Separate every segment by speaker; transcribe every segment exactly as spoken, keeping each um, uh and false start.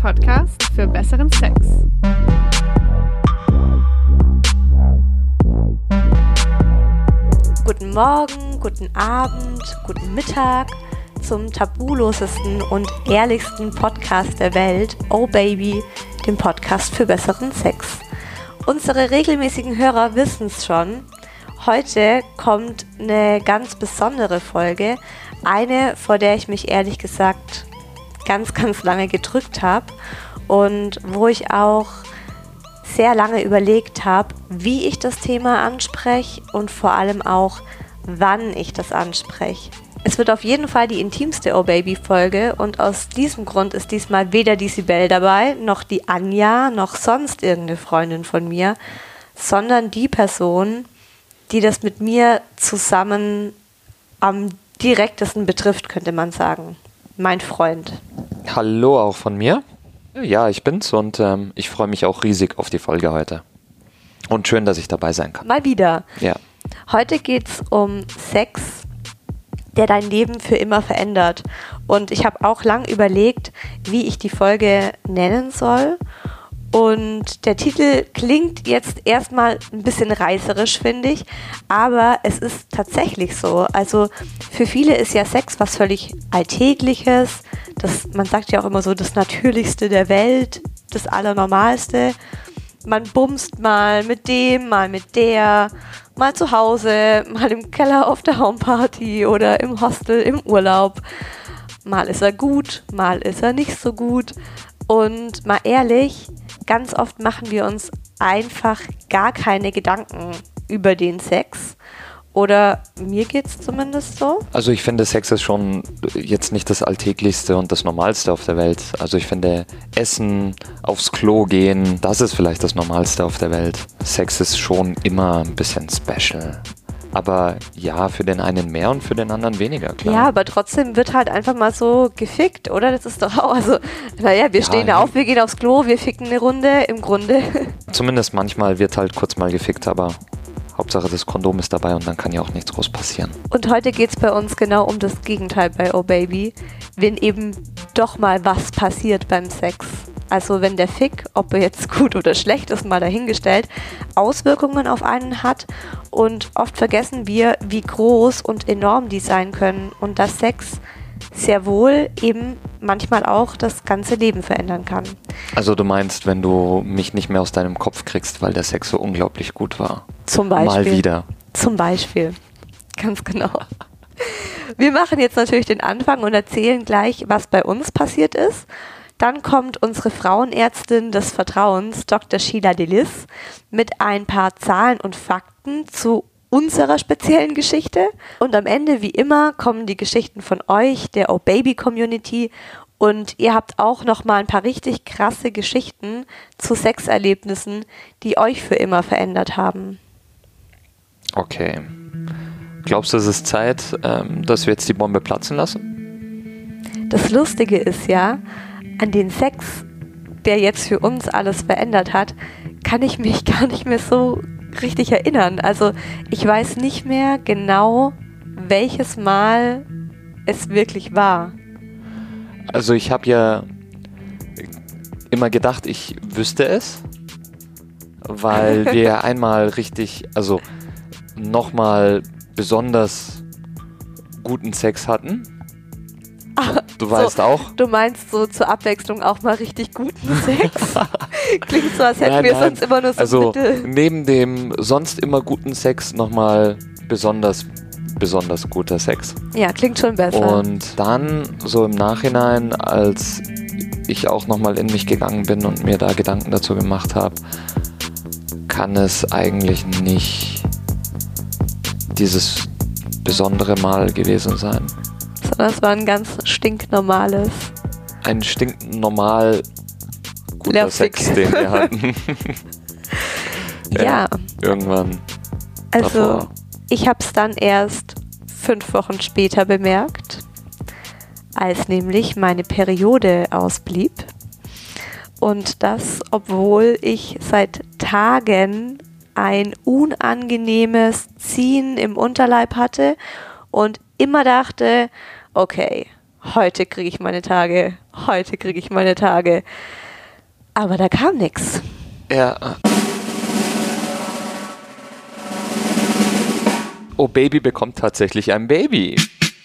Speaker 1: Podcast für besseren Sex.
Speaker 2: Guten Morgen, guten Abend, guten Mittag zum tabulosesten und ehrlichsten Podcast der Welt, Oh Baby, dem Podcast für besseren Sex. Unsere regelmäßigen Hörer wissen es schon. Heute kommt eine ganz besondere Folge, eine, vor der ich mich ehrlich gesagt ganz, ganz lange gedrückt habe und wo ich auch sehr lange überlegt habe, wie ich das Thema anspreche und vor allem auch, wann ich das anspreche. Es wird auf jeden Fall die intimste Oh Baby Folge und aus diesem Grund ist diesmal weder die Sibel dabei, noch die Anja, noch sonst irgendeine Freundin von mir, sondern die Person, die das mit mir zusammen am direktesten betrifft, könnte man sagen. Mein Freund.
Speaker 3: Hallo auch von mir. Ja, ich bin's und ähm, ich freue mich auch riesig auf die Folge heute. Und schön, dass ich dabei sein kann.
Speaker 2: Mal wieder.
Speaker 3: Ja.
Speaker 2: Heute geht's um Sex, der dein Leben für immer verändert. Und ich habe auch lang überlegt, wie ich die Folge nennen soll. Und der Titel klingt jetzt erstmal ein bisschen reißerisch, finde ich, aber es ist tatsächlich so. Also für viele ist ja Sex was völlig Alltägliches. Das, man sagt ja auch immer so, das Natürlichste der Welt, das Allernormalste. Man bumst mal mit dem, mal mit der, mal zu Hause, mal im Keller auf der Homeparty oder im Hostel, im Urlaub. Mal ist er gut, mal ist er nicht so gut. Und mal ehrlich, ganz oft machen wir uns einfach gar keine Gedanken über den Sex. Oder mir geht's zumindest so.
Speaker 3: Also ich finde, Sex ist schon jetzt nicht das Alltäglichste und das Normalste auf der Welt. Also ich finde, Essen, aufs Klo gehen, das ist vielleicht das Normalste auf der Welt. Sex ist schon immer ein bisschen special. Aber ja, für den einen mehr und für den anderen weniger, klar.
Speaker 2: Ja, aber trotzdem wird halt einfach mal so gefickt, oder? Das ist doch auch, also, naja, wir
Speaker 3: ja,
Speaker 2: stehen da
Speaker 3: ja.
Speaker 2: auf, wir gehen aufs Klo, wir ficken eine Runde, im Grunde.
Speaker 3: Zumindest manchmal wird halt kurz mal gefickt, aber Hauptsache das Kondom ist dabei und dann kann ja auch nichts groß passieren.
Speaker 2: Und heute geht's bei uns genau um das Gegenteil bei Oh Baby, wenn eben doch mal was passiert beim Sex. Also wenn der Fick, ob er jetzt gut oder schlecht ist, mal dahingestellt, Auswirkungen auf einen hat und oft vergessen wir, wie groß und enorm die sein können und dass Sex sehr wohl eben manchmal auch das ganze Leben verändern kann.
Speaker 3: Also du meinst, wenn du mich nicht mehr aus deinem Kopf kriegst, weil der Sex so unglaublich gut war?
Speaker 2: Zum Beispiel.
Speaker 3: Mal wieder.
Speaker 2: Zum Beispiel. Ganz genau. Wir machen jetzt natürlich den Anfang und erzählen gleich, was bei uns passiert ist. Dann kommt unsere Frauenärztin des Vertrauens, Doktor Sheila Delis, mit ein paar Zahlen und Fakten zu unserer speziellen Geschichte. Und am Ende, wie immer, kommen die Geschichten von euch, der Oh Baby Community. Und ihr habt auch noch mal ein paar richtig krasse Geschichten zu Sexerlebnissen, die euch für immer verändert haben.
Speaker 3: Okay. Glaubst du, es ist Zeit, ähm, dass wir jetzt die Bombe platzen lassen?
Speaker 2: Das Lustige ist ja, an den Sex, der jetzt für uns alles verändert hat, kann ich mich gar nicht mehr so richtig erinnern. Also ich weiß nicht mehr genau, welches Mal es wirklich war.
Speaker 3: Also ich habe ja immer gedacht, ich wüsste es, weil wir ja einmal richtig, also nochmal besonders guten Sex hatten. Du weißt
Speaker 2: so,
Speaker 3: auch.
Speaker 2: Du meinst so zur Abwechslung auch mal richtig guten Sex? Klingt so, als hätten
Speaker 3: nein,
Speaker 2: wir
Speaker 3: nein.
Speaker 2: sonst immer nur so
Speaker 3: Also
Speaker 2: Mittel.
Speaker 3: Neben dem sonst immer guten Sex nochmal besonders, besonders guter Sex.
Speaker 2: Ja, klingt schon besser.
Speaker 3: Und dann so im Nachhinein, als ich auch nochmal in mich gegangen bin und mir da Gedanken dazu gemacht habe, kann es eigentlich nicht dieses besondere Mal gewesen sein.
Speaker 2: Sondern es war ein ganz stinknormales.
Speaker 3: Ein stinknormal guter
Speaker 2: Lerfig.
Speaker 3: Sex, den wir hatten.
Speaker 2: ja.
Speaker 3: ja. Irgendwann.
Speaker 2: Also,
Speaker 3: davor.
Speaker 2: ich habe es dann erst fünf Wochen später bemerkt, als nämlich meine Periode ausblieb. Und das, obwohl ich seit Tagen ein unangenehmes Ziehen im Unterleib hatte und immer dachte, okay, heute kriege ich meine Tage, heute kriege ich meine Tage. Aber da kam nichts.
Speaker 3: Ja. Oh, Baby bekommt tatsächlich ein Baby.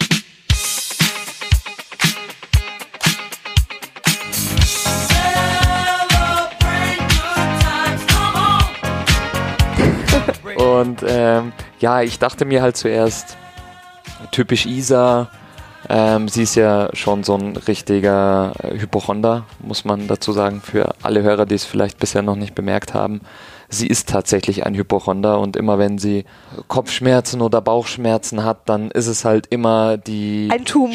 Speaker 3: Und ähm, ja, ich dachte mir halt zuerst, typisch Isa, ähm, sie ist ja schon so ein richtiger äh, Hypochonder, muss man dazu sagen, für alle Hörer, die es vielleicht bisher noch nicht bemerkt haben. Sie ist tatsächlich ein Hypochonder und immer wenn sie Kopfschmerzen oder Bauchschmerzen hat, dann ist es halt immer die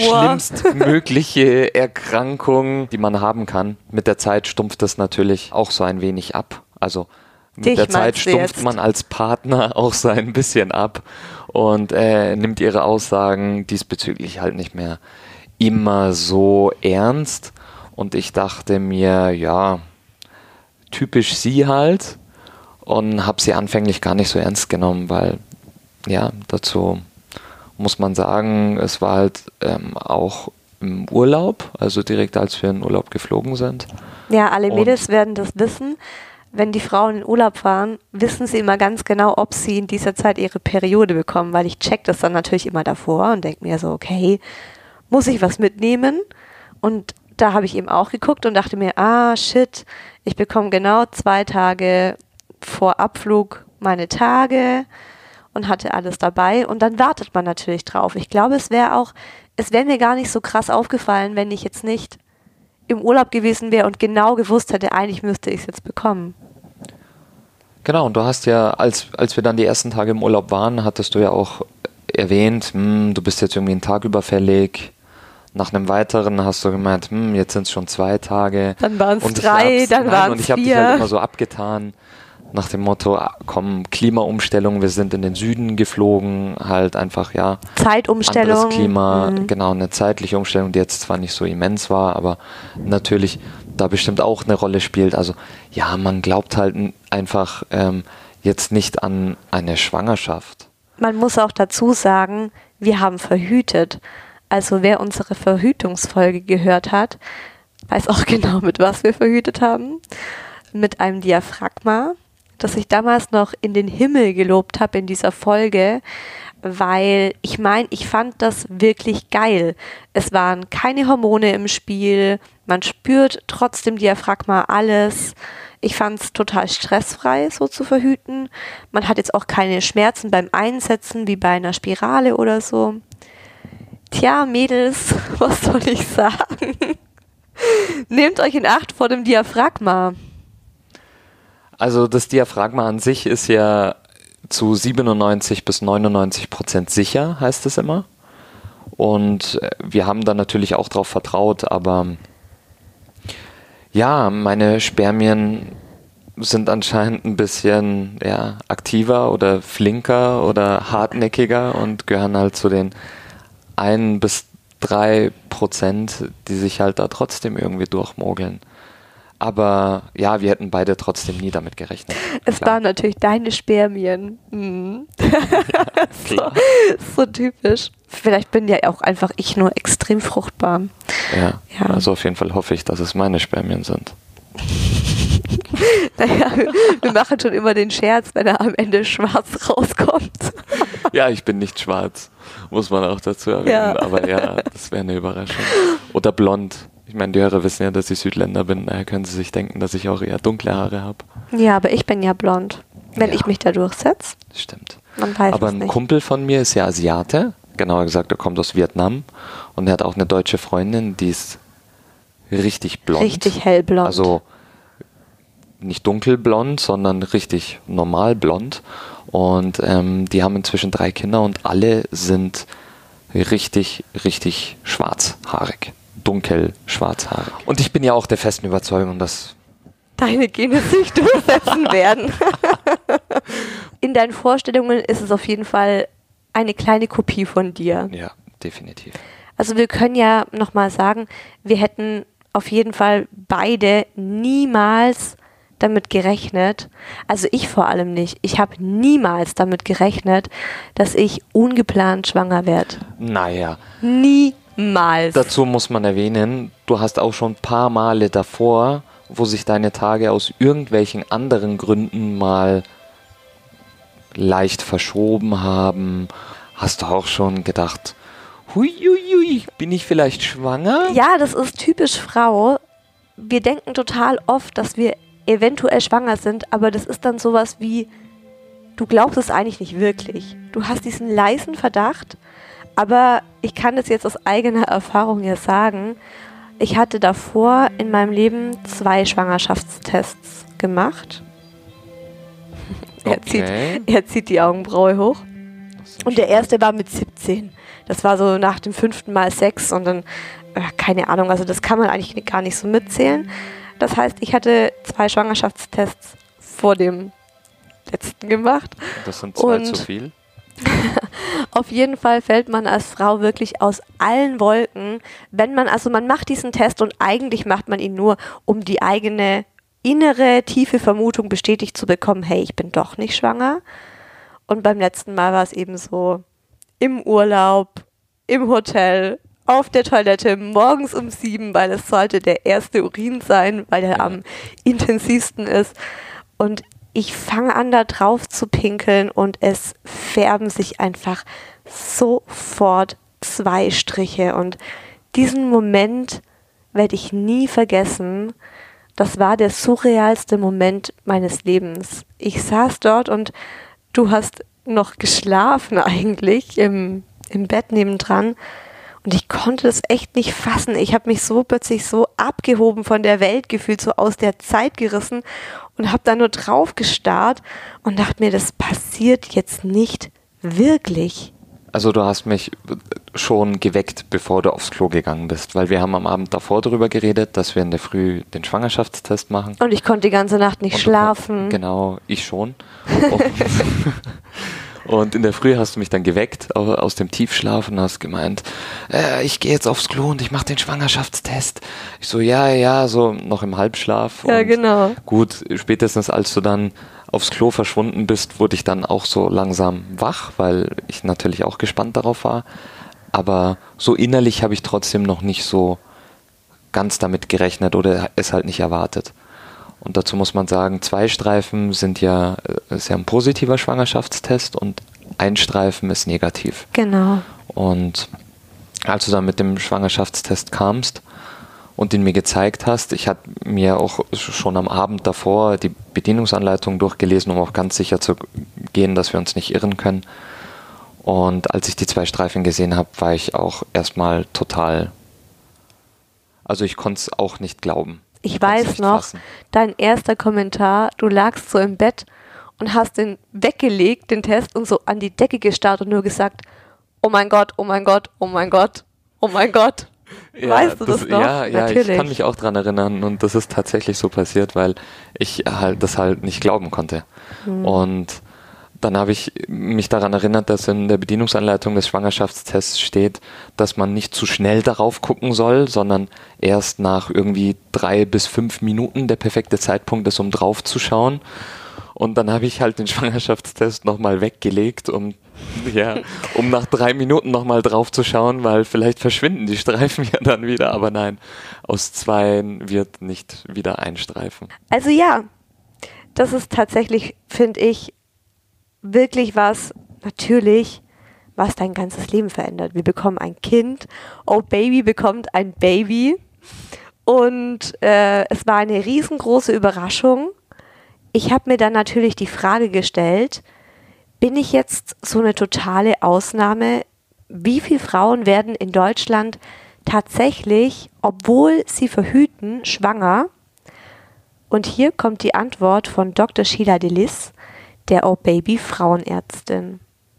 Speaker 3: schlimmstmögliche Erkrankung, die man haben kann. Mit der Zeit stumpft das natürlich auch so ein wenig ab. Also mit
Speaker 2: Dich
Speaker 3: der Zeit stumpft
Speaker 2: jetzt.
Speaker 3: man als Partner auch so ein bisschen ab und äh, nimmt ihre Aussagen diesbezüglich halt nicht mehr immer so ernst. Und ich dachte mir, ja, typisch sie halt. Und habe sie anfänglich gar nicht so ernst genommen, weil, ja, dazu muss man sagen, es war halt ähm, auch im Urlaub, also direkt als wir in Urlaub geflogen sind.
Speaker 2: Ja, alle
Speaker 3: Und
Speaker 2: Mädels werden das wissen. Wenn die Frauen in Urlaub fahren, wissen sie immer ganz genau, ob sie in dieser Zeit ihre Periode bekommen, weil ich check das dann natürlich immer davor und denke mir so, okay, muss ich was mitnehmen? Und da habe ich eben auch geguckt und dachte mir, ah, shit, ich bekomme genau zwei Tage vor Abflug meine Tage und hatte alles dabei und dann wartet man natürlich drauf. Ich glaube, es wäre auch, es wäre mir gar nicht so krass aufgefallen, wenn ich jetzt nicht im Urlaub gewesen wäre und genau gewusst hätte, eigentlich müsste ich es jetzt bekommen.
Speaker 3: Genau, und du hast ja, als, als wir dann die ersten Tage im Urlaub waren, hattest du ja auch erwähnt, hm, du bist jetzt irgendwie einen Tag überfällig. Nach einem weiteren hast du gemeint, hm, jetzt sind es schon zwei Tage.
Speaker 2: Dann waren es
Speaker 3: Und ich
Speaker 2: drei,
Speaker 3: hab's-
Speaker 2: dann
Speaker 3: nein,
Speaker 2: waren
Speaker 3: Und
Speaker 2: es
Speaker 3: ich habe dich halt
Speaker 2: vier.
Speaker 3: immer so abgetan, nach dem Motto, ah, komm, Klimaumstellung, wir sind in den Süden geflogen, halt einfach, ja,
Speaker 2: Zeitumstellung.
Speaker 3: anderes Klima,
Speaker 2: Mhm.
Speaker 3: genau, eine zeitliche Umstellung, die jetzt zwar nicht so immens war, aber natürlich da bestimmt auch eine Rolle spielt. Also ja, man glaubt halt n- einfach ähm, jetzt nicht an eine Schwangerschaft.
Speaker 2: Man muss auch dazu sagen, wir haben verhütet. Also wer unsere Verhütungsfolge gehört hat, weiß auch genau, mit was wir verhütet haben. Mit einem Diaphragma, das ich damals noch in den Himmel gelobt habe in dieser Folge, weil ich meine, ich fand das wirklich geil. Es waren keine Hormone im Spiel, man spürt trotzdem Diaphragma alles. Ich fand es total stressfrei, so zu verhüten. Man hat jetzt auch keine Schmerzen beim Einsetzen, wie bei einer Spirale oder so. Tja, Mädels, was soll ich sagen? Nehmt euch in Acht vor dem Diaphragma.
Speaker 3: Also das Diaphragma an sich ist ja zu siebenundneunzig bis neunundneunzig Prozent sicher, heißt es immer. Und äh, wir haben da natürlich auch drauf vertraut, aber ja, meine Spermien sind anscheinend ein bisschen ja, aktiver oder flinker oder hartnäckiger und gehören halt zu den ein bis drei Prozent, die sich halt da trotzdem irgendwie durchmogeln. Aber ja, wir hätten beide trotzdem nie damit gerechnet.
Speaker 2: Es
Speaker 3: Klar.
Speaker 2: waren natürlich deine Spermien. Mhm.
Speaker 3: Klar.
Speaker 2: So typisch. Vielleicht bin ja auch einfach ich nur extrem fruchtbar.
Speaker 3: Ja.
Speaker 2: Ja.
Speaker 3: Also auf jeden Fall hoffe ich, dass es meine Spermien sind.
Speaker 2: Naja, wir, wir machen schon immer den Scherz, wenn er am Ende schwarz rauskommt.
Speaker 3: Ja, ich bin nicht schwarz, muss man auch dazu erwähnen.
Speaker 2: Ja.
Speaker 3: Aber ja, das wäre eine Überraschung. Oder blond. Ich meine, die Hörer wissen ja, dass ich Südländer bin, daher können sie sich denken, dass ich auch eher dunkle Haare habe.
Speaker 2: Ja, aber ich bin ja blond. Wenn
Speaker 3: Ja.
Speaker 2: ich mich da durchsetze,
Speaker 3: Stimmt.
Speaker 2: man weiß
Speaker 3: Aber
Speaker 2: es
Speaker 3: ein
Speaker 2: nicht.
Speaker 3: Kumpel von mir ist ja Asiate, genauer gesagt, er kommt aus Vietnam und er hat auch eine deutsche Freundin, die ist richtig blond.
Speaker 2: Richtig hellblond.
Speaker 3: Also nicht dunkelblond, sondern richtig normal blond. Und ähm, die haben inzwischen drei Kinder und alle sind richtig, richtig schwarzhaarig. Dunkel schwarzhaarig. Und ich bin ja auch der festen Überzeugung, dass
Speaker 2: Deine Gene sich durchsetzen werden. In deinen Vorstellungen ist es auf jeden Fall eine kleine Kopie von dir.
Speaker 3: ja, definitiv.
Speaker 2: Also wir können ja nochmal sagen, wir hätten auf jeden Fall beide niemals damit gerechnet, also ich vor allem nicht, ich habe niemals damit gerechnet, dass ich ungeplant schwanger werde.
Speaker 3: Naja,
Speaker 2: Niemals. Niemals.
Speaker 3: Dazu muss man erwähnen, du hast auch schon ein paar Male davor, wo sich deine Tage aus irgendwelchen anderen Gründen mal leicht verschoben haben, hast du auch schon gedacht, huiuiui, bin ich vielleicht schwanger?
Speaker 2: Ja, das ist typisch Frau. Wir denken total oft, dass wir eventuell schwanger sind, aber das ist dann sowas wie, du glaubst es eigentlich nicht wirklich. Du hast diesen leisen Verdacht, aber ich kann es jetzt aus eigener Erfahrung ja sagen, ich hatte davor in meinem Leben zwei Schwangerschaftstests gemacht. er,
Speaker 3: Okay.
Speaker 2: zieht, er zieht die Augenbraue hoch. Und der erste war mit siebzehn. Das war so nach dem fünften Mal Sex und dann, äh, keine Ahnung, also das kann man eigentlich gar nicht so mitzählen. Das heißt, ich hatte zwei Schwangerschaftstests vor dem letzten gemacht.
Speaker 3: Das sind zwei
Speaker 2: Und
Speaker 3: zu viel.
Speaker 2: auf jeden Fall fällt man als Frau wirklich aus allen Wolken, wenn man, also man macht diesen Test und eigentlich macht man ihn nur, um die eigene innere, tiefe Vermutung bestätigt zu bekommen, hey, ich bin doch nicht schwanger. Und beim letzten Mal war es eben so, im Urlaub, im Hotel, auf der Toilette, morgens um sieben, weil es sollte der erste Urin sein, weil er am intensivsten ist. Und ich fange an, da drauf zu pinkeln und es färben sich einfach sofort zwei Striche. Und diesen Moment werde ich nie vergessen. Das war der surrealste Moment meines Lebens. Ich saß dort und du hast noch geschlafen eigentlich im, im Bett nebendran. Und ich konnte das echt nicht fassen. Ich habe mich so plötzlich so abgehoben von der Welt gefühlt, so aus der Zeit gerissen und habe da nur drauf gestarrt und dachte mir, das passiert jetzt nicht wirklich.
Speaker 3: Also du hast mich schon geweckt, bevor du aufs Klo gegangen bist, weil wir haben am Abend davor darüber geredet, dass wir in der Früh den Schwangerschaftstest machen.
Speaker 2: Und ich konnte die ganze Nacht nicht
Speaker 3: Und
Speaker 2: schlafen.
Speaker 3: Du, genau, ich schon. Und, und in der Früh hast du mich dann geweckt aus dem Tiefschlaf und hast gemeint, äh, ich gehe jetzt aufs Klo und ich mache den Schwangerschaftstest. Ich so, ja, ja, so noch im Halbschlaf.
Speaker 2: Ja,
Speaker 3: und
Speaker 2: genau.
Speaker 3: Gut, spätestens als du dann aufs Klo verschwunden bist, wurde ich dann auch so langsam wach, weil ich natürlich auch gespannt darauf war. Aber so innerlich habe ich trotzdem noch nicht so ganz damit gerechnet oder es halt nicht erwartet. Und dazu muss man sagen, zwei Streifen sind ja, ist ja ein positiver Schwangerschaftstest und ein Streifen ist negativ.
Speaker 2: Genau.
Speaker 3: Und als du dann mit dem Schwangerschaftstest kamst und ihn mir gezeigt hast, ich hatte mir auch schon am Abend davor die Bedienungsanleitung durchgelesen, um auch ganz sicher zu gehen, dass wir uns nicht irren können. Und als ich die zwei Streifen gesehen habe, war ich auch erstmal total, also ich konnte es auch nicht glauben.
Speaker 2: Ich weiß noch, fassen. Dein erster Kommentar, du lagst so im Bett und hast den weggelegt, den Test, und so an die Decke gestarrt und nur gesagt, oh mein Gott, oh mein Gott, oh mein Gott, oh mein Gott.
Speaker 3: Ja,
Speaker 2: weißt du das, das noch?
Speaker 3: Ja, ja,
Speaker 2: Natürlich.
Speaker 3: Ich kann mich auch dran erinnern und das ist tatsächlich so passiert, weil ich halt das halt nicht glauben konnte. Hm. Und dann habe ich mich daran erinnert, dass in der Bedienungsanleitung des Schwangerschaftstests steht, dass man nicht zu schnell darauf gucken soll, sondern erst nach irgendwie drei bis fünf Minuten der perfekte Zeitpunkt ist, um drauf zu schauen. Und dann habe ich halt den Schwangerschaftstest nochmal weggelegt, um, ja, um nach drei Minuten nochmal drauf zu schauen, weil vielleicht verschwinden die Streifen ja dann wieder. Aber nein, aus zweien wird nicht wieder ein Streifen.
Speaker 2: Also ja, das ist tatsächlich, finde ich, wirklich was, natürlich, was dein ganzes Leben verändert. Wir bekommen ein Kind, Oh Baby bekommt ein Baby und äh, es war eine riesengroße Überraschung. Ich habe mir dann natürlich die Frage gestellt, bin ich jetzt so eine totale Ausnahme? Wie viele Frauen werden in Deutschland tatsächlich, obwohl sie verhüten, schwanger? Und hier kommt die Antwort von Doktor Sheila Delis, der Oh Baby Frauenärztin.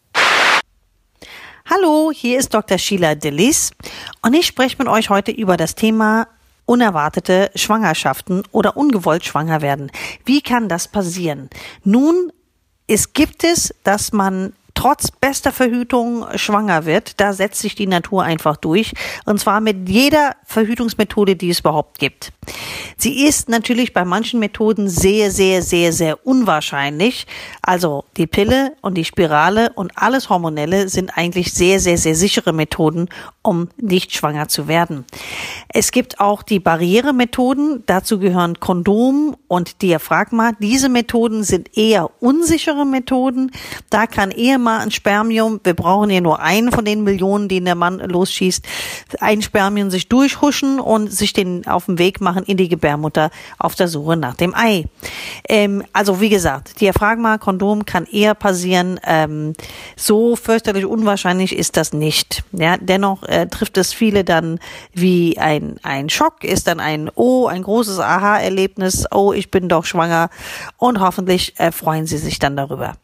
Speaker 4: Hallo, hier ist Doktor Sheila Delis und ich spreche mit euch heute über das Thema unerwartete Schwangerschaften oder ungewollt schwanger werden. Wie kann das passieren? Nun, es gibt es, dass man trotz bester Verhütung schwanger wird. Da setzt sich die Natur einfach durch. Und zwar mit jeder Verhütungsmethode, die es überhaupt gibt. Sie ist natürlich bei manchen Methoden sehr, sehr, sehr, sehr unwahrscheinlich. Also die Pille und die Spirale und alles Hormonelle sind eigentlich sehr, sehr, sehr sichere Methoden, um nicht schwanger zu werden. Es gibt auch die Barrieremethoden. Dazu gehören Kondom und Diaphragma. Diese Methoden sind eher unsichere Methoden. Da kann eher mal ein Spermium, wir brauchen ja nur einen von den Millionen, den der Mann losschießt, ein Spermium sich durchhuschen und sich den auf den Weg machen in die Gebärmutter auf der Suche nach dem Ei. Ähm, also wie gesagt, Diaphragma, Kondom kann eher passieren. Ähm, so fürchterlich unwahrscheinlich ist das nicht. Ja, dennoch äh, trifft es viele dann wie ein, ein Schock, ist dann ein Oh, ein großes Aha-Erlebnis. Oh, ich bin doch schwanger. Und hoffentlich äh, freuen sie sich dann darüber.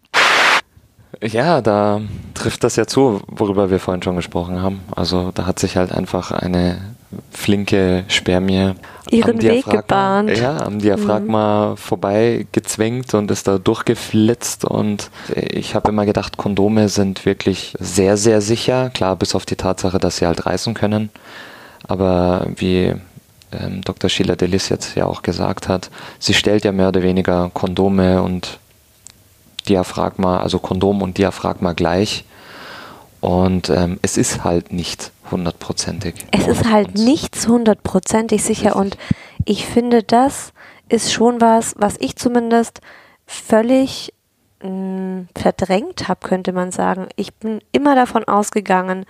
Speaker 3: Ja, da trifft das ja zu, worüber wir vorhin schon gesprochen haben. Also da hat sich halt einfach eine flinke Spermie
Speaker 2: ihren
Speaker 3: am
Speaker 2: Weg
Speaker 3: Diaphragma,
Speaker 2: gebahnt.
Speaker 3: ja, am Diaphragma mhm. vorbei gezwängt und ist da durchgeflitzt. Und ich habe immer gedacht, Kondome sind wirklich sehr, sehr sicher. Klar, bis auf die Tatsache, dass sie halt reißen können. Aber wie ähm, Doktor Sheila Delis jetzt ja auch gesagt hat, sie stellt ja mehr oder weniger Kondome und Diaphragma, also Kondom und Diaphragma gleich. Und ähm, es ist halt nicht hundertprozentig.
Speaker 2: Es ist halt nichts hundertprozentig sicher. Und ich finde, das ist schon was, was ich zumindest völlig mh, verdrängt habe, könnte man sagen. Ich bin immer davon ausgegangen,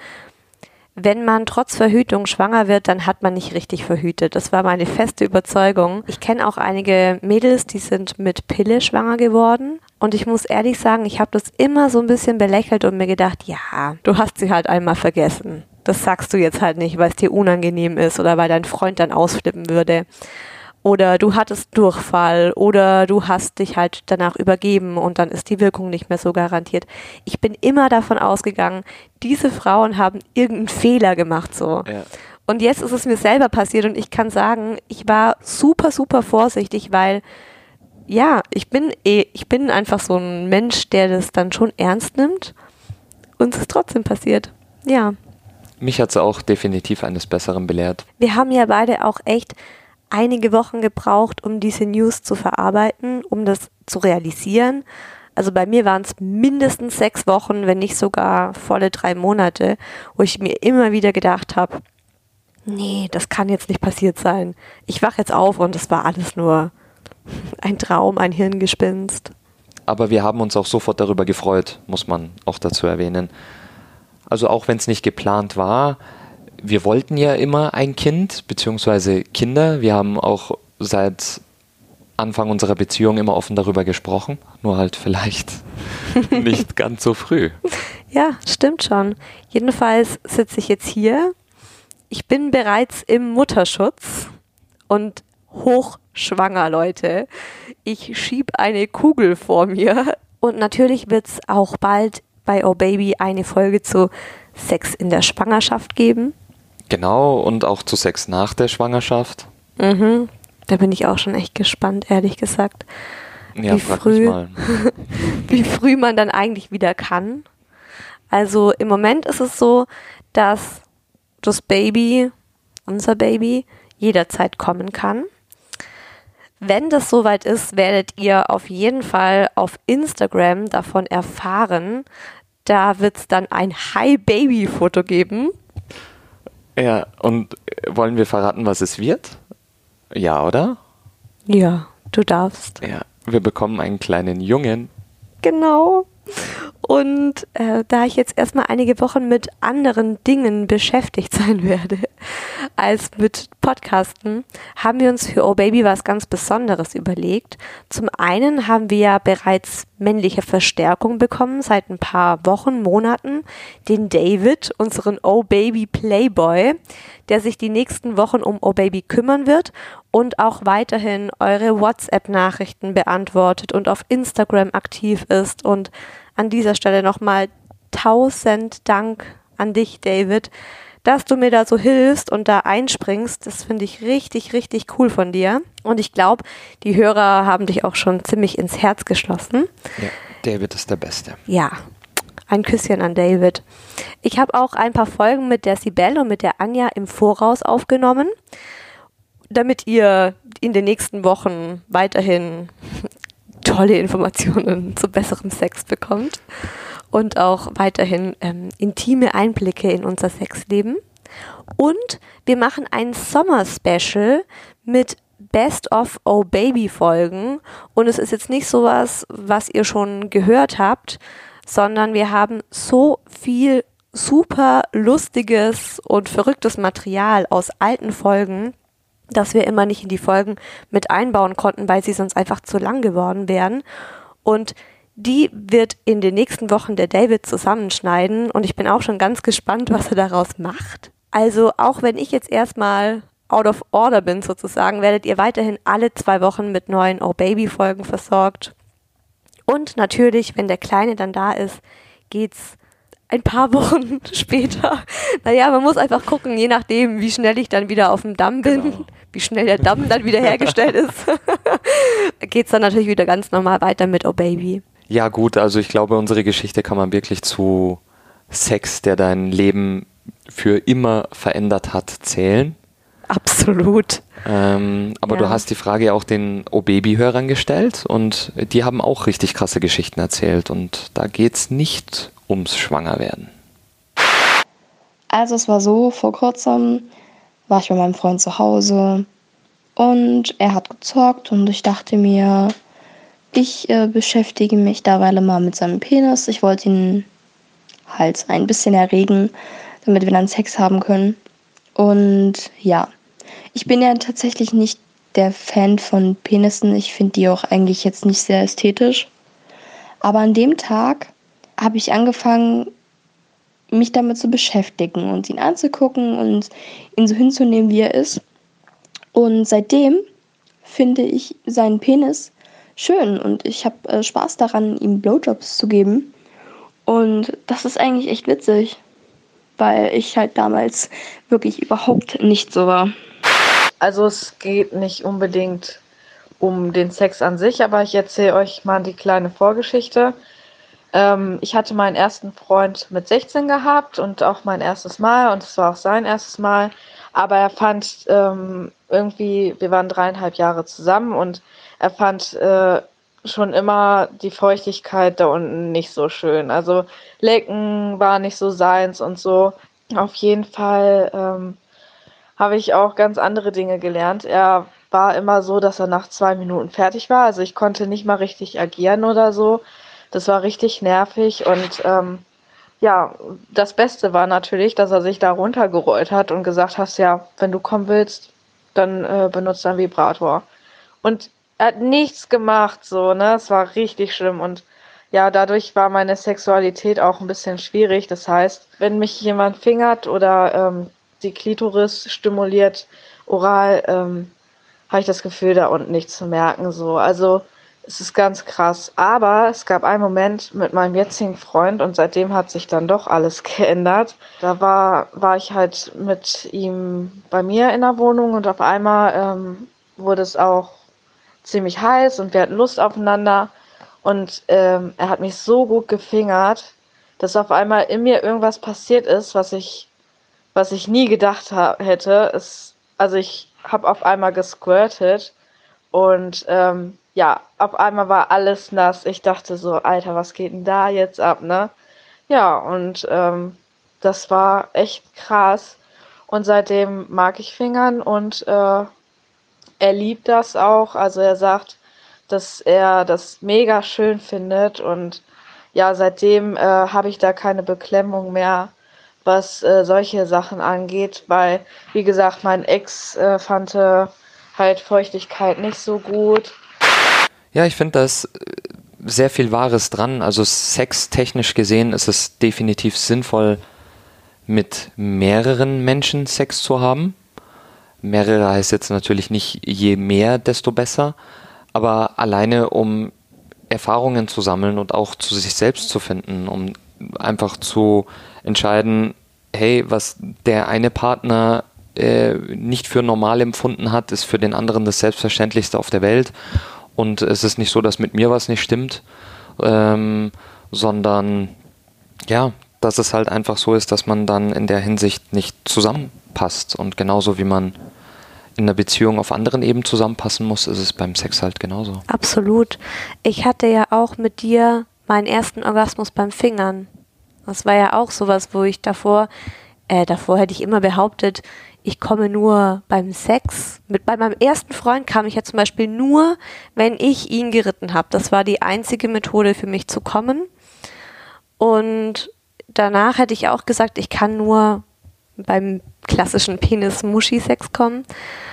Speaker 2: wenn man trotz Verhütung schwanger wird, dann hat man nicht richtig verhütet. Das war meine feste Überzeugung. Ich kenne auch einige Mädels, die sind mit Pille schwanger geworden. Und ich muss ehrlich sagen, ich habe das immer so ein bisschen belächelt und mir gedacht, ja, du hast sie halt einmal vergessen. Das sagst du jetzt halt nicht, weil es dir unangenehm ist oder weil dein Freund dann ausflippen würde. Oder du hattest Durchfall oder du hast dich halt danach übergeben und dann ist die Wirkung nicht mehr so garantiert. Ich bin immer davon ausgegangen, diese Frauen haben irgendeinen Fehler gemacht so. Ja. Und jetzt ist es mir selber passiert und ich kann sagen, ich war super, super vorsichtig, weil ja, ich bin eh, ich bin einfach so ein Mensch, der das dann schon ernst nimmt und es ist trotzdem passiert. Ja.
Speaker 3: Mich hat es auch definitiv eines Besseren belehrt.
Speaker 2: Wir haben ja beide auch echt einige Wochen gebraucht, um diese News zu verarbeiten, um das zu realisieren. Also bei mir waren es mindestens sechs Wochen, wenn nicht sogar volle drei Monate, wo ich mir immer wieder gedacht habe, nee, das kann jetzt nicht passiert sein. Ich wache jetzt auf und es war alles nur ein Traum, ein Hirngespinst.
Speaker 3: Aber wir haben uns auch sofort darüber gefreut, muss man auch dazu erwähnen. Also auch wenn es nicht geplant war, wir wollten ja immer ein Kind, beziehungsweise Kinder. Wir haben auch seit Anfang unserer Beziehung immer offen darüber gesprochen, nur halt vielleicht nicht ganz so früh.
Speaker 2: Ja, stimmt schon. Jedenfalls sitze ich jetzt hier. Ich bin bereits im Mutterschutz und hochschwanger, Leute. Ich schiebe eine Kugel vor mir und natürlich wird es auch bald bei Oh Baby eine Folge zu Sex in der Schwangerschaft geben.
Speaker 3: Genau, und auch zu Sex nach der Schwangerschaft.
Speaker 2: Mhm. Da bin ich auch schon echt gespannt, ehrlich gesagt.
Speaker 3: Ja,
Speaker 2: wie früh, mal. wie früh man dann eigentlich wieder kann. Also im Moment ist es so, dass das Baby, unser Baby, jederzeit kommen kann. Wenn das soweit ist, werdet ihr auf jeden Fall auf Instagram davon erfahren. Da wird es dann ein Hi-Baby-Foto geben.
Speaker 3: Ja, und wollen wir verraten, was es wird? Ja, oder?
Speaker 2: Ja, du darfst.
Speaker 3: Ja, wir bekommen einen kleinen Jungen.
Speaker 2: Genau. Und äh, da ich jetzt erstmal einige Wochen mit anderen Dingen beschäftigt sein werde als mit Podcasten, haben wir uns für Oh Baby was ganz Besonderes überlegt. Zum einen haben wir ja bereits männliche Verstärkung bekommen seit ein paar Wochen, Monaten, den David, unseren Oh Baby Playboy, der sich die nächsten Wochen um Oh Baby kümmern wird und auch weiterhin eure WhatsApp-Nachrichten beantwortet und auf Instagram aktiv ist. Und an dieser Stelle nochmal tausend Dank an dich, David, dass du mir da so hilfst und da einspringst. Das finde ich richtig, richtig cool von dir. Und ich glaube, die Hörer haben dich auch schon ziemlich ins Herz geschlossen.
Speaker 3: Ja, David ist der Beste.
Speaker 2: Ja. Ein Küsschen an David. Ich habe auch ein paar Folgen mit der Sibel und mit der Anja im Voraus aufgenommen, damit ihr in den nächsten Wochen weiterhin tolle Informationen zu besserem Sex bekommt und auch weiterhin ähm, intime Einblicke in unser Sexleben. Und wir machen ein Sommer-Special mit Best-of-Oh-Baby-Folgen und es ist jetzt nicht sowas, was ihr schon gehört habt, sondern wir haben so viel super lustiges und verrücktes Material aus alten Folgen, dass wir immer nicht in die Folgen mit einbauen konnten, weil sie sonst einfach zu lang geworden wären. Und die wird in den nächsten Wochen der David zusammenschneiden und ich bin auch schon ganz gespannt, was er daraus macht. Also auch wenn ich jetzt erstmal out of order bin sozusagen, werdet ihr weiterhin alle zwei Wochen mit neuen Oh Baby Folgen versorgt. Und natürlich, wenn der Kleine dann da ist, geht's ein paar Wochen später. Naja, man muss einfach gucken, je nachdem, wie schnell ich dann wieder auf dem Damm bin, genau. wie schnell der Damm dann wieder hergestellt ist, geht's dann natürlich wieder ganz normal weiter mit Oh Baby.
Speaker 3: Ja gut, also ich glaube, unsere Geschichte kann man wirklich zu Sex, der dein Leben für immer verändert hat, zählen.
Speaker 2: Absolut.
Speaker 3: Ähm, aber ja. Du hast die Frage auch den Oh Baby-Hörern gestellt und die haben auch richtig krasse Geschichten erzählt und da geht's nicht ums Schwangerwerden.
Speaker 5: Also es war so, vor kurzem war ich bei meinem Freund zu Hause und er hat gezockt und ich dachte mir, ich äh, beschäftige mich derweil mal mit seinem Penis. Ich wollte ihn halt ein bisschen erregen, damit wir dann Sex haben können. Und ja, ich bin ja tatsächlich nicht der Fan von Penissen. Ich finde die auch eigentlich jetzt nicht sehr ästhetisch. Aber an dem Tag habe ich angefangen, mich damit zu beschäftigen und ihn anzugucken und ihn so hinzunehmen, wie er ist. Und seitdem finde ich seinen Penis schön und ich habe äh, Spaß daran, ihm Blowjobs zu geben. Und das ist eigentlich echt witzig, weil ich halt damals wirklich überhaupt nicht so war.
Speaker 6: Also es geht nicht unbedingt um den Sex an sich, aber ich erzähle euch mal die kleine Vorgeschichte. Ähm, ich hatte meinen ersten Freund mit sechzehn gehabt und auch mein erstes Mal und es war auch sein erstes Mal. Aber er fand ähm, irgendwie, wir waren dreieinhalb Jahre zusammen und er fand äh, schon immer die Feuchtigkeit da unten nicht so schön. Also Lecken war nicht so seins und so. Auf jeden Fall ähm, habe ich auch ganz andere Dinge gelernt. Er war immer so, dass er nach zwei Minuten fertig war. Also ich konnte nicht mal richtig agieren oder so. Das war richtig nervig und ähm, ja, das Beste war natürlich, dass er sich da runtergerollt hat und gesagt hat, ja, wenn du kommen willst, dann äh, benutzt einen Vibrator. Und er hat nichts gemacht, so, ne, es war richtig schlimm und ja, dadurch war meine Sexualität auch ein bisschen schwierig. Das heißt, wenn mich jemand fingert oder ähm, die Klitoris stimuliert oral, ähm, habe ich das Gefühl, da unten nichts zu merken, so. Also es ist ganz krass. Aber es gab einen Moment mit meinem jetzigen Freund und seitdem hat sich dann doch alles geändert. Da war, war ich halt mit ihm bei mir in der Wohnung und auf einmal ähm, wurde es auch ziemlich heiß und wir hatten Lust aufeinander. Und ähm, er hat mich so gut gefingert, dass auf einmal in mir irgendwas passiert ist, was ich, was ich nie gedacht ha- hätte. Es, also ich habe auf einmal gesquirtet und ähm, ja, auf einmal war alles nass. Ich dachte so, Alter, was geht denn da jetzt ab, ne? Ja, und ähm, das war echt krass. Und seitdem mag ich fingern und äh, er liebt das auch. Also er sagt, dass er das mega schön findet und ja, seitdem äh, habe ich da keine Beklemmung mehr, was äh, solche Sachen angeht, weil, wie gesagt, mein Ex äh, fand äh, halt Feuchtigkeit nicht so gut.
Speaker 3: Ja, ich finde, da ist sehr viel Wahres dran. Also sextechnisch gesehen ist es definitiv sinnvoll, mit mehreren Menschen Sex zu haben. Mehrere heißt jetzt natürlich nicht je mehr, desto besser. Aber alleine, um Erfahrungen zu sammeln und auch zu sich selbst zu finden, um einfach zu entscheiden, hey, was der eine Partner äh, nicht für normal empfunden hat, ist für den anderen das Selbstverständlichste auf der Welt. Und es ist nicht so, dass mit mir was nicht stimmt, ähm, sondern Ja, dass es halt einfach so ist, dass man dann in der Hinsicht nicht zusammenpasst. Und genauso wie man in einer Beziehung auf anderen Ebenen zusammenpassen muss, ist es beim Sex halt genauso.
Speaker 2: Absolut. Ich hatte ja auch mit dir meinen ersten Orgasmus beim Fingern. Das war ja auch sowas, wo ich davor, äh, davor hätte ich immer behauptet, ich komme nur beim Sex. Mit, bei meinem ersten Freund kam ich ja zum Beispiel nur, wenn ich ihn geritten habe. Das war die einzige Methode für mich zu kommen. Und danach hätte ich auch gesagt, ich kann nur beim klassischen Penis-Muschi-Sex kommen.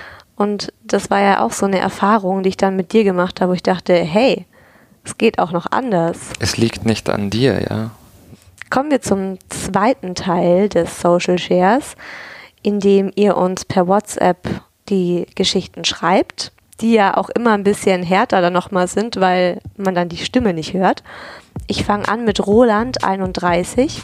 Speaker 2: Und das war ja auch so eine Erfahrung, die ich dann mit dir gemacht habe, wo ich dachte, hey, es geht auch noch anders.
Speaker 3: Es liegt nicht an dir, ja.
Speaker 2: Kommen wir zum zweiten Teil des Social Shares, in dem ihr uns per WhatsApp die Geschichten schreibt, die ja auch immer ein bisschen härter dann nochmal sind, weil man dann die Stimme nicht hört. Ich fange an mit Roland, einunddreißig.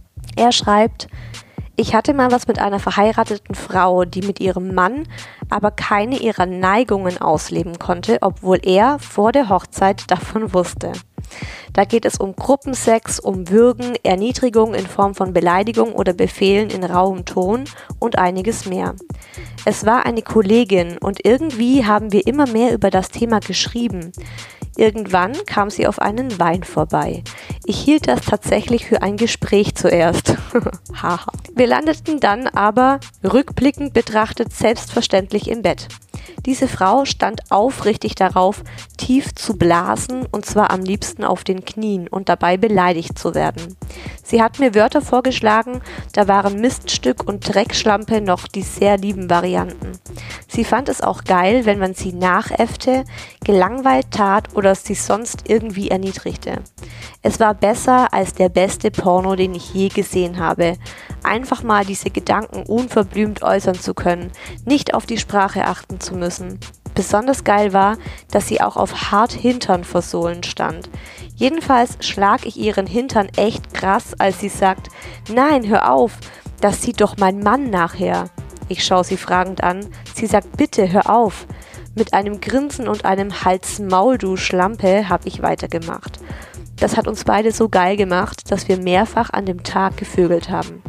Speaker 2: Er schreibt: Ich hatte mal was mit einer verheirateten Frau, die mit ihrem Mann aber keine ihrer Neigungen ausleben konnte, obwohl er vor der Hochzeit davon wusste. Da geht es um Gruppensex, um Würgen, Erniedrigung in Form von Beleidigung oder Befehlen in rauem Ton und einiges mehr. Es war eine Kollegin und irgendwie haben wir immer mehr über das Thema geschrieben. Irgendwann kam sie auf einen Wein vorbei. Ich hielt das tatsächlich für ein Gespräch zuerst. Haha. Wir landeten dann aber, rückblickend betrachtet, selbstverständlich im Bett. Diese Frau stand aufrichtig darauf, tief zu blasen, und zwar am liebsten auf den Knien und dabei beleidigt zu werden. Sie hat mir Wörter vorgeschlagen, da waren Miststück und Dreckschlampe noch die sehr lieben Varianten. Sie fand es auch geil, wenn man sie nachäffte, gelangweilt tat oder sie sonst irgendwie erniedrigte. Es war besser als der beste Porno, den ich je gesehen habe. Einfach mal diese Gedanken unverblümt äußern zu können, nicht auf die Sprache achten zu müssen. Besonders geil war, dass sie auch auf hart Hintern versohlen stand. Jedenfalls schlag ich ihren Hintern echt krass, als sie sagt: Nein, hör auf, das sieht doch mein Mann nachher. Ich schaue sie fragend an. Sie sagt: Bitte, hör auf. Mit einem Grinsen und einem Hals-Maul, du Schlampe, habe ich weitergemacht. Das hat uns beide so geil gemacht, dass wir mehrfach an dem Tag gevögelt haben.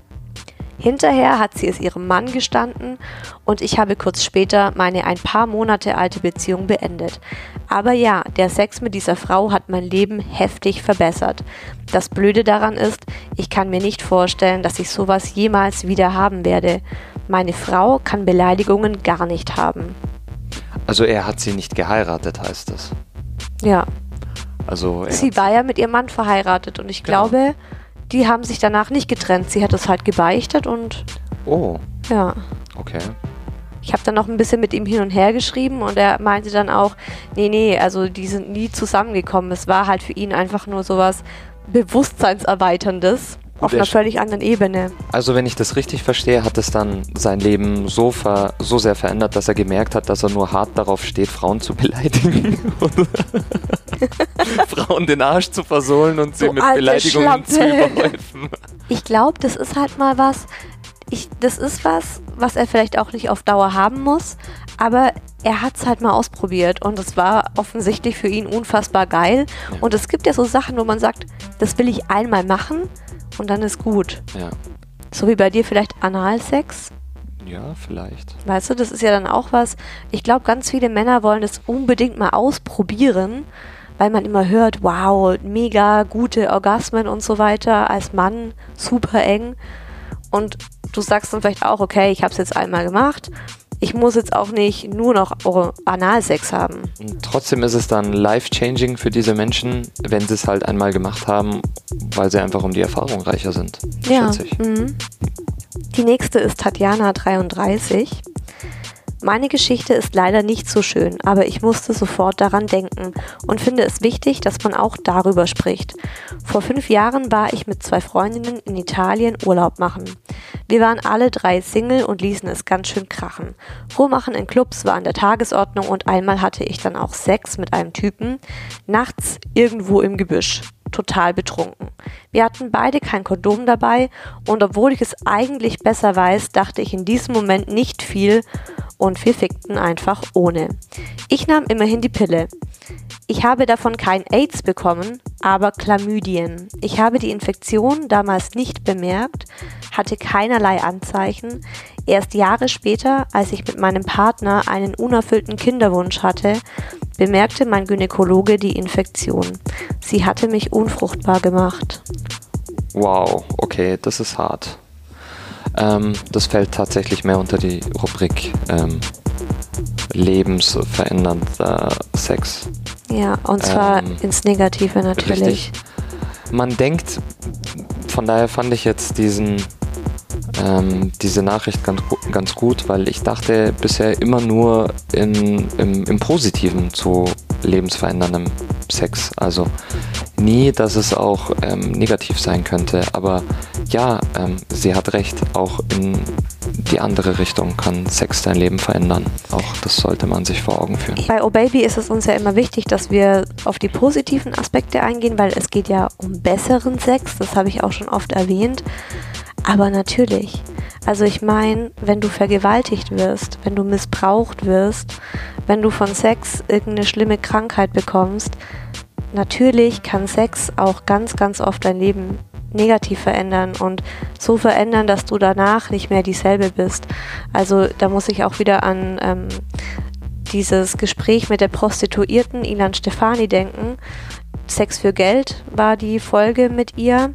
Speaker 2: Hinterher hat sie es ihrem Mann gestanden und ich habe kurz später meine ein paar Monate alte Beziehung beendet. Aber ja, der Sex mit dieser Frau hat mein Leben heftig verbessert. Das Blöde daran ist, ich kann mir nicht vorstellen, dass ich sowas jemals wieder haben werde. Meine Frau kann Beleidigungen gar nicht haben.
Speaker 3: Also er hat sie nicht geheiratet, heißt das?
Speaker 2: Ja.
Speaker 3: Also
Speaker 2: sie war ja mit ihrem Mann verheiratet und ich
Speaker 3: Genau.
Speaker 2: glaube, die haben sich danach nicht getrennt. Sie hat es halt gebeichtet und
Speaker 3: Oh,
Speaker 2: ja.
Speaker 3: okay.
Speaker 2: Ich habe dann noch ein bisschen mit ihm hin und her geschrieben und er meinte dann auch, nee, nee, also die sind nie zusammengekommen. Es war halt für ihn einfach nur sowas Bewusstseinserweiterndes auf
Speaker 3: er
Speaker 2: einer
Speaker 3: sch-
Speaker 2: völlig anderen Ebene.
Speaker 3: Also wenn ich das richtig verstehe, hat es dann sein Leben so, ver so sehr verändert, dass er gemerkt hat, dass er nur hart darauf steht, Frauen zu beleidigen. Frauen den Arsch zu versohlen und sie
Speaker 2: So
Speaker 3: mit
Speaker 2: alte
Speaker 3: Beleidigungen
Speaker 2: Schlampe.
Speaker 3: zu überhäufen.
Speaker 2: Ich glaube, das ist halt mal was, ich, das ist was, was er vielleicht auch nicht auf Dauer haben muss, aber er hat es halt mal ausprobiert und es war offensichtlich für ihn unfassbar geil.
Speaker 3: Ja.
Speaker 2: Und es gibt ja so Sachen, wo man sagt, das will ich einmal machen und dann ist gut.
Speaker 3: Ja,
Speaker 2: So wie bei dir vielleicht Analsex.
Speaker 3: ja, vielleicht.
Speaker 2: Weißt du, das ist ja dann auch was, ich glaube, ganz viele Männer wollen das unbedingt mal ausprobieren, weil man immer hört, wow, mega gute Orgasmen und so weiter, als Mann super eng. Und du sagst dann vielleicht auch, okay, ich habe es jetzt einmal gemacht, ich muss jetzt auch nicht nur noch Analsex haben.
Speaker 3: Und trotzdem ist es dann life-changing für diese Menschen, wenn sie es halt einmal gemacht haben, weil sie einfach um die Erfahrung reicher sind,
Speaker 2: Ja.
Speaker 3: schätze ich.
Speaker 2: Mhm. Die nächste ist Tatjana, dreiunddreißig. Meine Geschichte ist leider nicht so schön, aber ich musste sofort daran denken und finde es wichtig, dass man auch darüber spricht. Vor fünf Jahren war ich mit zwei Freundinnen in Italien Urlaub machen. Wir waren alle drei Single und ließen es ganz schön krachen. Rummachen in Clubs war an der Tagesordnung und einmal hatte ich dann auch Sex mit einem Typen, nachts irgendwo im Gebüsch. Total betrunken. Wir hatten beide kein Kondom dabei und obwohl ich es eigentlich besser weiß, dachte ich in diesem Moment nicht viel und wir fickten einfach ohne. Ich nahm immerhin die Pille. Ich habe davon kein AIDS bekommen, aber Chlamydien. Ich habe die Infektion damals nicht bemerkt, hatte keinerlei Anzeichen. Erst Jahre später, als ich mit meinem Partner einen unerfüllten Kinderwunsch hatte, bemerkte mein Gynäkologe die Infektion. Sie hatte mich unfruchtbar gemacht.
Speaker 3: Wow, okay, das ist hart. Ähm, das fällt tatsächlich mehr unter die Rubrik ähm, lebensverändernder Sex.
Speaker 2: Ja, und zwar ähm, ins Negative natürlich.
Speaker 3: Richtig. Man denkt, von daher fand ich jetzt diesen, ähm, diese Nachricht ganz, ganz gut, weil ich dachte bisher immer nur in, im, im Positiven zu lebensveränderndem Sex. Also nie, dass es auch ähm, negativ sein könnte. Aber ja, ähm, sie hat recht, auch in die andere Richtung kann Sex dein Leben verändern. Auch das sollte man sich vor Augen führen.
Speaker 2: Bei Oh Baby ist es uns ja immer wichtig, dass wir auf die positiven Aspekte eingehen, weil es geht ja um besseren Sex, das habe ich auch schon oft erwähnt. Aber natürlich, also ich meine, wenn du vergewaltigt wirst, wenn du missbraucht wirst, wenn du von Sex irgendeine schlimme Krankheit bekommst, natürlich kann Sex auch ganz, ganz oft dein Leben negativ verändern und so verändern, dass du danach nicht mehr dieselbe bist. Also da muss ich auch wieder an ähm, dieses Gespräch mit der Prostituierten Ilan Stefani denken. Sex für Geld war die Folge mit ihr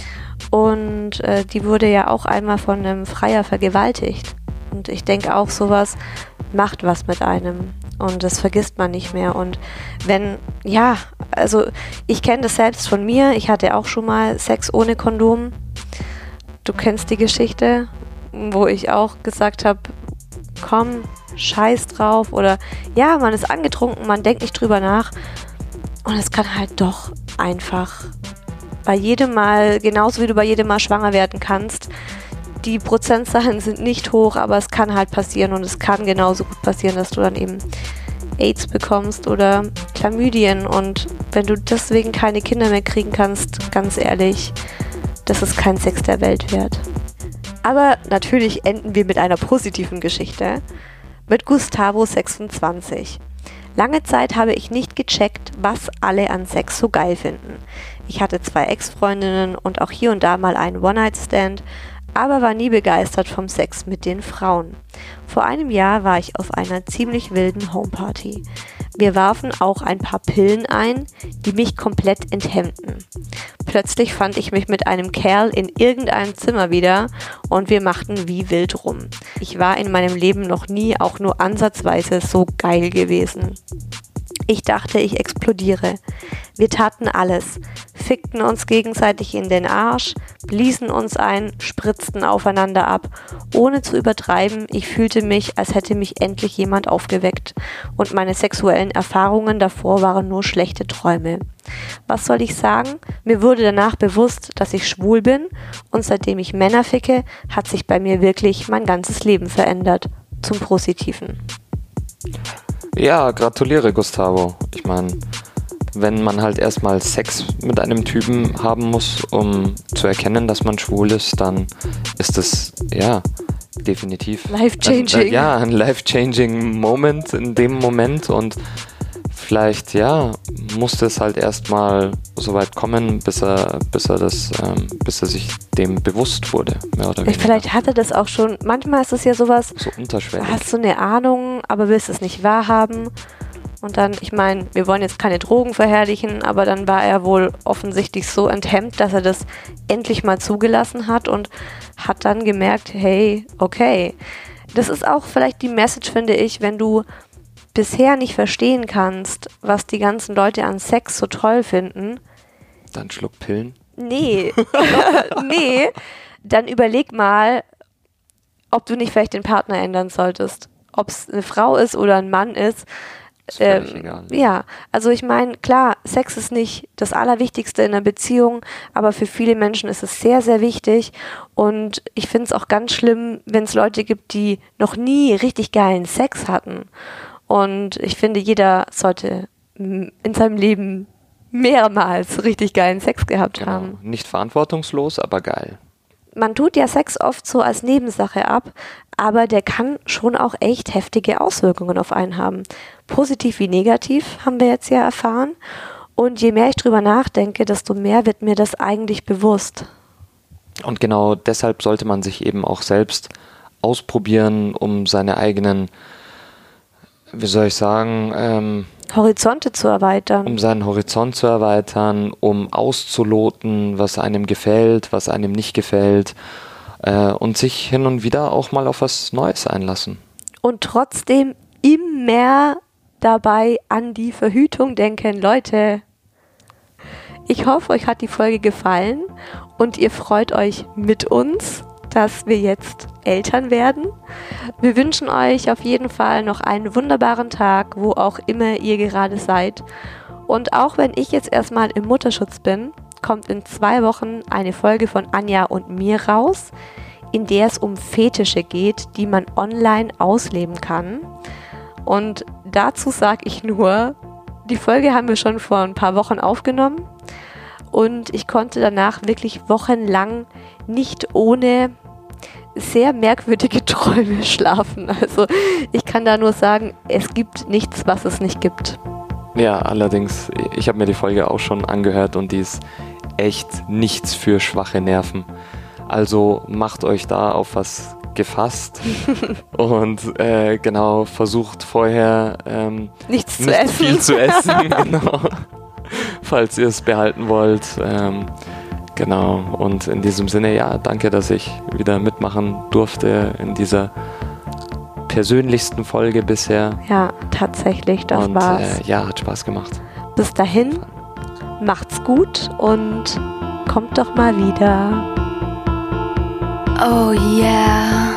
Speaker 2: und äh, die wurde ja auch einmal von einem Freier vergewaltigt. Und ich denke auch, sowas macht was mit einem. Und das vergisst man nicht mehr. Und wenn, ja, also ich kenne das selbst von mir. Ich hatte auch schon mal Sex ohne Kondom. Du kennst die Geschichte, wo ich auch gesagt habe, komm, scheiß drauf. Oder ja, man ist angetrunken, man denkt nicht drüber nach. Und es kann halt doch einfach bei jedem Mal, genauso wie du bei jedem Mal schwanger werden kannst, die Prozentzahlen sind nicht hoch, aber es kann halt passieren und es kann genauso gut passieren, dass du dann eben AIDS bekommst oder Chlamydien und wenn du deswegen keine Kinder mehr kriegen kannst, ganz ehrlich, das ist kein Sex der Welt wert. Aber natürlich enden wir mit einer positiven Geschichte, mit Gustavo sechsundzwanzig. Lange Zeit habe ich nicht gecheckt, was alle an Sex so geil finden. Ich hatte zwei Ex-Freundinnen und auch hier und da mal einen One-Night-Stand, aber war nie begeistert vom Sex mit den Frauen. Vor einem Jahr war ich auf einer ziemlich wilden Homeparty. Wir warfen auch ein paar Pillen ein, die mich komplett enthemmten. Plötzlich fand ich mich mit einem Kerl in irgendeinem Zimmer wieder und wir machten wie wild rum. Ich war in meinem Leben noch nie auch nur ansatzweise so geil gewesen. Ich dachte, ich explodiere. Wir taten alles, fickten uns gegenseitig in den Arsch, bliesen uns ein, spritzten aufeinander ab. Ohne zu übertreiben, ich fühlte mich, als hätte mich endlich jemand aufgeweckt. Und meine sexuellen Erfahrungen davor waren nur schlechte Träume. Was soll ich sagen? Mir wurde danach bewusst, dass ich schwul bin und seitdem ich Männer ficke, hat sich bei mir wirklich mein ganzes Leben verändert. Zum Positiven.
Speaker 3: Ja, gratuliere Gustavo. Ich meine, wenn man halt erstmal Sex mit einem Typen haben muss, um zu erkennen, dass man schwul ist, dann ist das, ja, definitiv
Speaker 2: life-changing.
Speaker 3: Ein, äh, ja, ein life-changing Moment in dem Moment und vielleicht, ja, musste es halt erstmal so weit kommen, bis er, bis er das, ähm, bis er sich dem bewusst wurde, mehr oder weniger.
Speaker 2: Vielleicht hatte das auch schon, manchmal ist es ja sowas,
Speaker 3: so unterschwellig.
Speaker 2: Du hast so eine Ahnung, aber willst es nicht wahrhaben. Und dann, ich meine, wir wollen jetzt keine Drogen verherrlichen, aber dann war er wohl offensichtlich so enthemmt, dass er das endlich mal zugelassen hat und hat dann gemerkt, hey, okay. Das ist auch vielleicht die Message, finde ich, wenn du bisher nicht verstehen kannst, was die ganzen Leute an Sex so toll finden.
Speaker 3: Dann schluck Pillen.
Speaker 2: Nee, nee, dann überleg mal, ob du nicht vielleicht den Partner ändern solltest. Ob es eine Frau ist oder ein Mann ist.
Speaker 3: Ist völlig ähm, egal.
Speaker 2: Ja, also ich meine, klar, Sex ist nicht das Allerwichtigste in einer Beziehung, aber für viele Menschen ist es sehr, sehr wichtig und ich finde es auch ganz schlimm, wenn es Leute gibt, die noch nie richtig geilen Sex hatten und ich finde, jeder sollte in seinem Leben mehrmals richtig geilen Sex gehabt
Speaker 3: genau.
Speaker 2: haben.
Speaker 3: Nicht verantwortungslos, aber geil.
Speaker 2: man tut ja Sex oft so als Nebensache ab, aber der kann schon auch echt heftige Auswirkungen auf einen haben. Positiv wie negativ, haben wir jetzt ja erfahren. Und je mehr ich drüber nachdenke, desto mehr wird mir das eigentlich bewusst.
Speaker 3: Und genau deshalb sollte man sich eben auch selbst ausprobieren, um seine eigenen, wie soll ich sagen, ähm,
Speaker 2: Horizonte zu erweitern.
Speaker 3: Um seinen Horizont zu erweitern, um auszuloten, was einem gefällt, was einem nicht gefällt äh, und sich hin und wieder auch mal auf was Neues einlassen.
Speaker 2: Und trotzdem immer dabei an die Verhütung denken. Leute, ich hoffe, euch hat die Folge gefallen und ihr freut euch mit uns, dass wir jetzt Eltern werden. Wir wünschen euch auf jeden Fall noch einen wunderbaren Tag, wo auch immer ihr gerade seid. Und auch wenn ich jetzt erstmal im Mutterschutz bin, kommt in zwei Wochen eine Folge von Anja und mir raus, in der es um Fetische geht, die man online ausleben kann. Und dazu sage ich nur, die Folge haben wir schon vor ein paar Wochen aufgenommen und ich konnte danach wirklich wochenlang nicht ohne sehr merkwürdige Träume schlafen. Also ich kann da nur sagen, es gibt nichts, was es nicht gibt.
Speaker 3: Ja, allerdings, ich habe mir die Folge auch schon angehört und die ist echt nichts für schwache Nerven. Also macht euch da auf was gefasst und äh, genau, versucht vorher ähm,
Speaker 2: nichts zu
Speaker 3: nicht
Speaker 2: essen.
Speaker 3: viel zu essen, genau, falls ihr es behalten wollt. Ähm, genau, und in diesem Sinne, ja, danke, dass ich wieder mitmachen durfte in dieser persönlichsten Folge bisher.
Speaker 2: Ja, tatsächlich, das
Speaker 3: und,
Speaker 2: war's.
Speaker 3: Äh, ja, hat Spaß gemacht.
Speaker 2: Bis dahin, macht's gut und kommt doch mal wieder.
Speaker 7: Oh yeah.